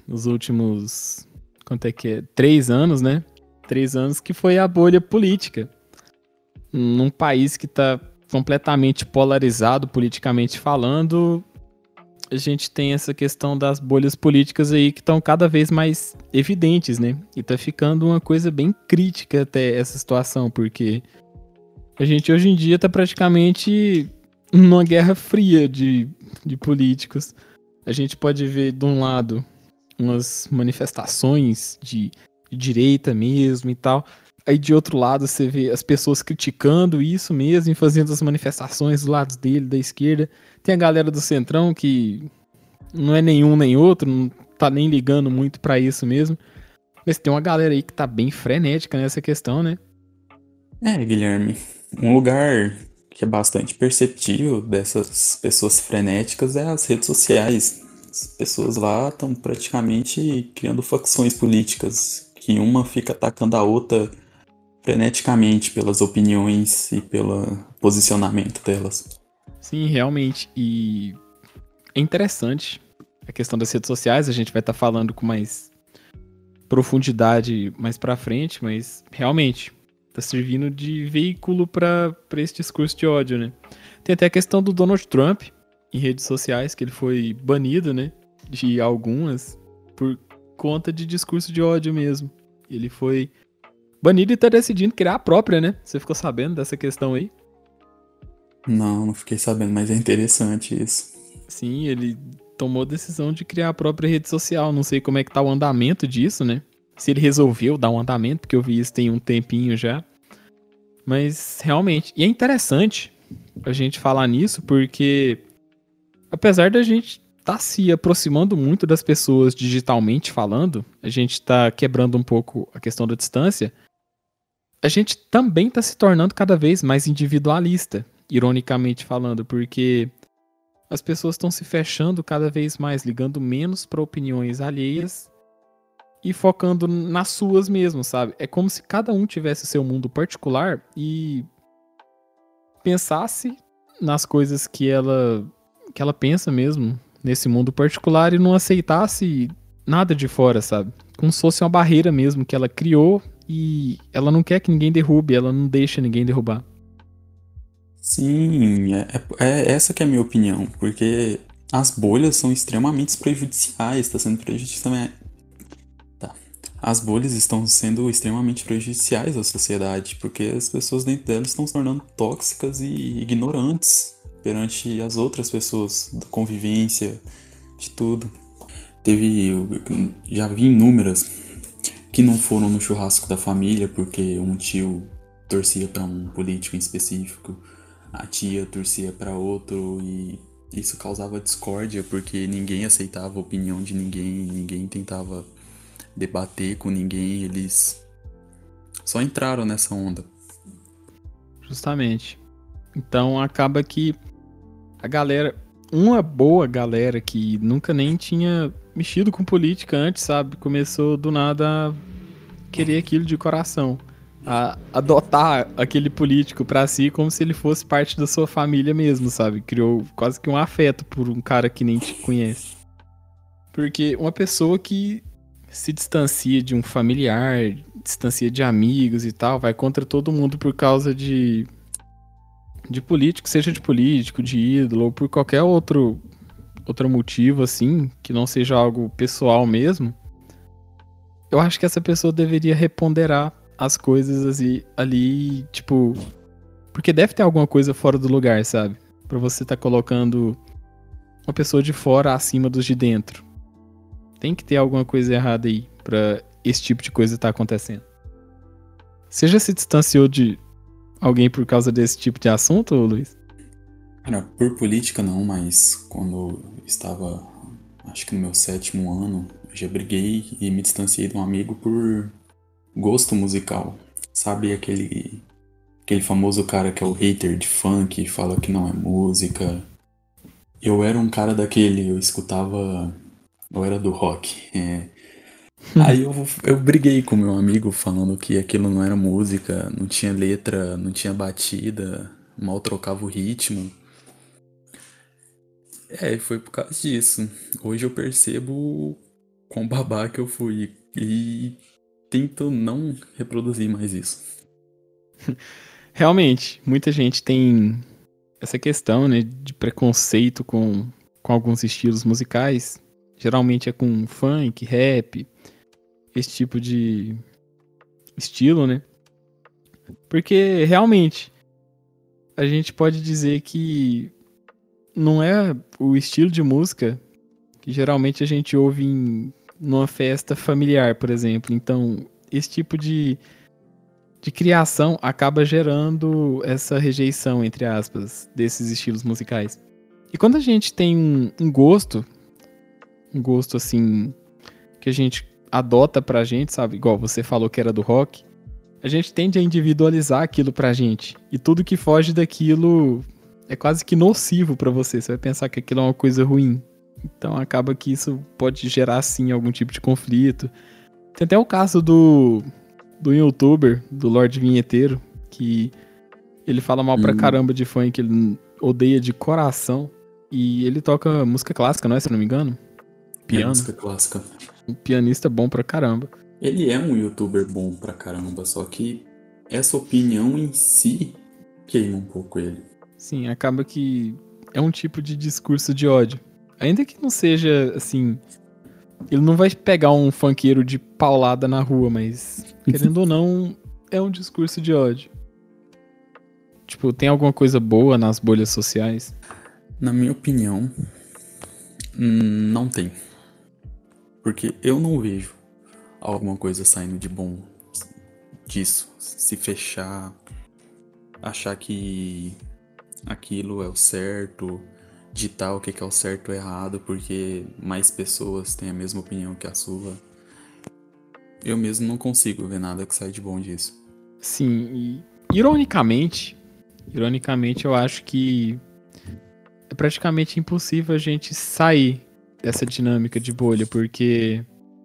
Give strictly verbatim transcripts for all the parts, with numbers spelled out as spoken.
nos últimos, quanto é que é? Três anos, né? Três anos que foi a bolha política. Num país que está completamente polarizado politicamente falando, a gente tem essa questão das bolhas políticas aí que estão cada vez mais evidentes, né? E tá ficando uma coisa bem crítica até essa situação, porque a gente hoje em dia tá praticamente numa guerra fria de, de políticos. A gente pode ver, de um lado, umas manifestações de, de direita mesmo e tal. Aí, de outro lado, você vê as pessoas criticando isso mesmo e fazendo as manifestações do lado dele, da esquerda. Tem a galera do Centrão que não é nenhum nem outro, não tá nem ligando muito pra isso mesmo. Mas tem uma galera aí que tá bem frenética nessa questão, né? É, Guilherme, um lugar que é bastante perceptível dessas pessoas frenéticas é as redes sociais. As pessoas lá estão praticamente criando facções políticas, que uma fica atacando a outra freneticamente pelas opiniões e pelo posicionamento delas. Sim, realmente. E é interessante a questão das redes sociais. A gente vai estar falando com mais profundidade mais pra frente, mas realmente tá servindo de veículo pra pra esse discurso de ódio, né? Tem até a questão do Donald Trump em redes sociais, que ele foi banido, né? De algumas por conta de discurso de ódio mesmo. Ele foi banido e tá decidindo criar a própria, né? Você ficou sabendo dessa questão aí? Não, não fiquei sabendo, mas é interessante isso. Sim, ele tomou a decisão de criar a própria rede social. Não sei como é que tá o andamento disso, né? Se ele resolveu dar um andamento, porque eu vi isso tem um tempinho já. Mas realmente, e é interessante a gente falar nisso, porque apesar da gente tá se aproximando muito das pessoas digitalmente falando, a gente tá quebrando um pouco a questão da distância, a gente também tá se tornando cada vez mais individualista, ironicamente falando, porque as pessoas estão se fechando cada vez mais, ligando menos para opiniões alheias e focando nas suas mesmo, sabe? É como se cada um tivesse seu mundo particular e pensasse nas coisas que ela que ela pensa mesmo nesse mundo particular e não aceitasse nada de fora, sabe? Como se fosse uma barreira mesmo que ela criou e ela não quer que ninguém derrube, ela não deixa ninguém derrubar. Sim, é, é- é essa que é a minha opinião, porque as bolhas são extremamente prejudiciais, está sendo prejudicial. Tá. As bolhas estão sendo extremamente prejudiciais à sociedade, porque as pessoas dentro delas estão se tornando tóxicas e ignorantes perante as outras pessoas, da convivência, de tudo. Teve, eu já vi inúmeras que não foram no churrasco da família porque um tio torcia para um político em específico, a tia torcia para outro e isso causava discórdia porque ninguém aceitava a opinião de ninguém, ninguém tentava debater com ninguém, eles só entraram nessa onda. Justamente. Então acaba que a galera, uma boa galera que nunca nem tinha mexido com política antes, sabe? Começou do nada a querer aquilo de coração. A adotar aquele político pra si como se ele fosse parte da sua família mesmo, sabe? Criou quase que um afeto por um cara que nem te conhece. Porque uma pessoa que se distancia de um familiar, distancia de amigos e tal, vai contra todo mundo por causa de de político, seja de político, de ídolo, ou por qualquer outro, outro motivo, assim, que não seja algo pessoal mesmo, eu acho que essa pessoa deveria reponderar as coisas assim, ali, tipo, porque deve ter alguma coisa fora do lugar, sabe? Pra você tá colocando uma pessoa de fora acima dos de dentro. Tem que ter alguma coisa errada aí pra esse tipo de coisa tá acontecendo. Você já se distanciou de alguém por causa desse tipo de assunto, Luiz? Cara, por política não, mas quando eu estava, acho que no meu sétimo ano, eu já briguei e me distanciei de um amigo por gosto musical. Sabe aquele aquele famoso cara que é o hater de funk, fala que não é música. Eu era um cara daquele, eu escutava, eu era do rock. É. Aí eu, eu briguei com meu amigo falando que aquilo não era música, não tinha letra, não tinha batida, mal trocava o ritmo. É, foi por causa disso. Hoje eu percebo. quão babaca eu fui. E tento não reproduzir mais isso. Realmente, muita gente tem essa questão, né, de preconceito com, com alguns estilos musicais. Geralmente é com funk, rap, esse tipo de estilo, né? Porque realmente a gente pode dizer que não é o estilo de música que geralmente a gente ouve em numa festa familiar, por exemplo. Então, esse tipo de, de criação acaba gerando essa rejeição, entre aspas, desses estilos musicais. E quando a gente tem um, um gosto, um gosto assim, que a gente adota pra gente, sabe? Igual você falou que era do rock, a gente tende a individualizar aquilo pra gente. E tudo que foge daquilo é quase que nocivo pra você. Você vai pensar que aquilo é uma coisa ruim. Então acaba que isso pode gerar, sim, algum tipo de conflito. Tem até o caso do, do youtuber, do Lorde Vinheteiro, que ele fala mal pra Hum. caramba de funk, ele odeia de coração. E ele toca música clássica, não é? Se eu não me engano. É Piano. música clássica. Um pianista bom pra caramba. Ele é um youtuber bom pra caramba, só que essa opinião em si queima um pouco ele. Sim, acaba que é um tipo de discurso de ódio. Ainda que não seja, assim... Ele não vai pegar um funkeiro de paulada na rua, mas, querendo ou não, é um discurso de ódio. Tipo, tem alguma coisa boa nas bolhas sociais? Na minha opinião, hum, não tem. Porque eu não vejo alguma coisa saindo de bom disso. Se fechar, achar que aquilo é o certo, ditar o que é o certo ou errado, porque mais pessoas têm a mesma opinião que a sua. Eu mesmo não consigo ver nada que sai de bom disso. Sim, e ironicamente, ironicamente eu acho que é praticamente impossível a gente sair dessa dinâmica de bolha, porque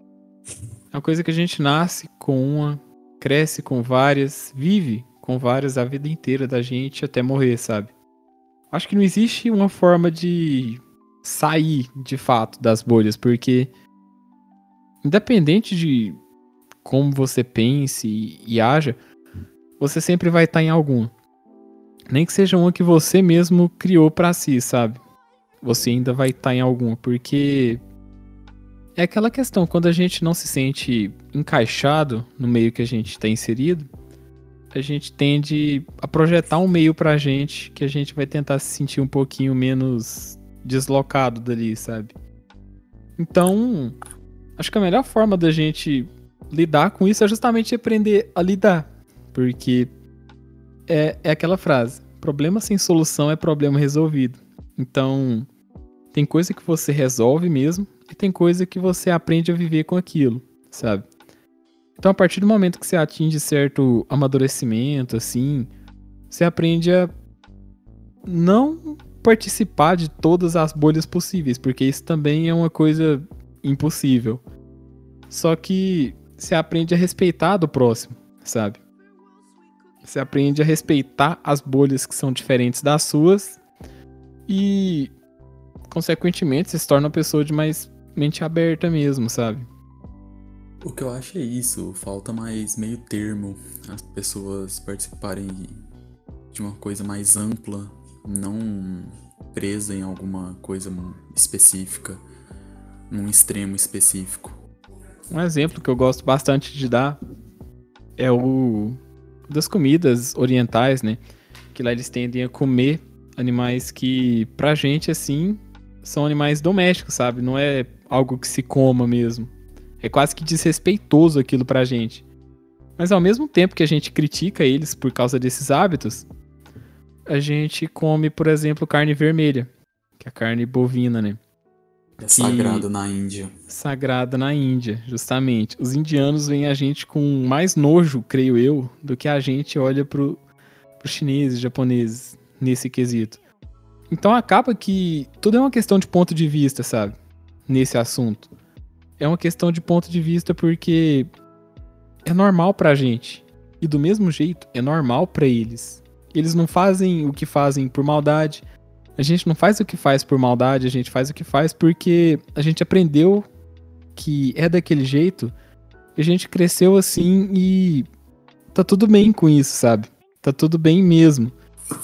é uma coisa que a gente nasce com uma, cresce com várias, vive com várias a vida inteira da gente até morrer, sabe? Acho que não existe uma forma de sair, de fato, das bolhas, porque independente de como você pense e, e haja, você sempre vai estar em alguma. Nem que seja uma que você mesmo criou pra si, sabe? Você ainda vai estar em alguma, porque é aquela questão, quando a gente não se sente encaixado no meio que a gente está inserido, a gente tende a projetar um meio pra gente que a gente vai tentar se sentir um pouquinho menos deslocado dali, sabe? Então, acho que a melhor forma da gente lidar com isso é justamente aprender a lidar. Porque é, é aquela frase, problema sem solução é problema resolvido. Então, tem coisa que você resolve mesmo e tem coisa que você aprende a viver com aquilo, sabe? Então, a partir do momento que você atinge certo amadurecimento, assim, você aprende a não participar de todas as bolhas possíveis, porque isso também é uma coisa impossível. Só que você aprende a respeitar do próximo, sabe? Você aprende a respeitar as bolhas que são diferentes das suas e, consequentemente, você se torna uma pessoa de mais mente aberta mesmo, sabe? O que eu acho é isso, falta mais meio termo, as pessoas participarem de uma coisa mais ampla, não presa em alguma coisa específica, num extremo específico. Um exemplo que eu gosto bastante de dar é o das comidas orientais, né? Que lá eles tendem a comer animais que, pra gente, assim, são animais domésticos, sabe? Não é algo que se coma mesmo. É quase que desrespeitoso aquilo pra gente. Mas ao mesmo tempo que a gente critica eles por causa desses hábitos, a gente come, por exemplo, carne vermelha, que é a carne bovina, né? É sagrado na Índia. Sagrada na Índia, justamente. Os indianos veem a gente com mais nojo, creio eu, do que a gente olha pro, pros chineses, japoneses, nesse quesito. Então acaba que tudo é uma questão de ponto de vista, sabe? Nesse assunto. É uma questão de ponto de vista porque é normal pra gente. E do mesmo jeito, é normal pra eles. Eles não fazem o que fazem por maldade. A gente não faz o que faz por maldade, a gente faz o que faz porque a gente aprendeu que é daquele jeito, a gente cresceu assim e tá tudo bem com isso, sabe? Tá tudo bem mesmo.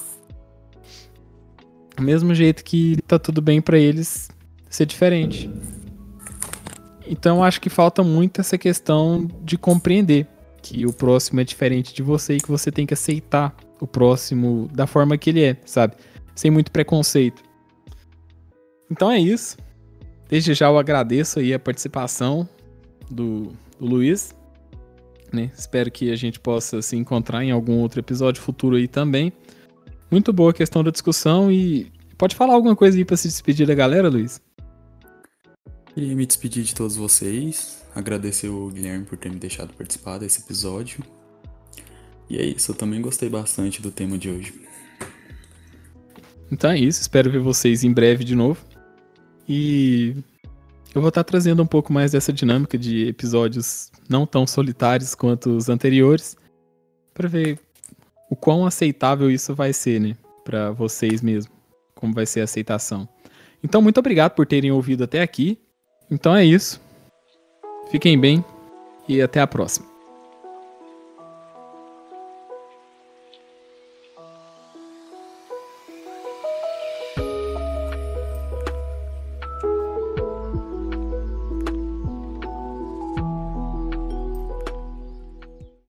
Do mesmo jeito que tá tudo bem pra eles ser diferente. Então acho que falta muito essa questão de compreender que o próximo é diferente de você e que você tem que aceitar o próximo da forma que ele é, sabe? Sem muito preconceito. Então é isso. Desde já eu agradeço aí a participação do, do Luiz. Né? Espero que a gente possa se encontrar em algum outro episódio futuro aí também. Muito boa a questão da discussão e pode falar alguma coisa aí pra se despedir da galera, Luiz? Queria me despedir de todos vocês, agradecer o Guilherme por ter me deixado participar desse episódio. E é isso, eu também gostei bastante do tema de hoje. Então é isso, espero ver vocês em breve de novo. E eu vou estar trazendo um pouco mais dessa dinâmica de episódios não tão solitários quanto os anteriores, para ver o quão aceitável isso vai ser, né, para vocês mesmo, como vai ser a aceitação. Então muito obrigado por terem ouvido até aqui. Então é isso. Fiquem bem e até a próxima.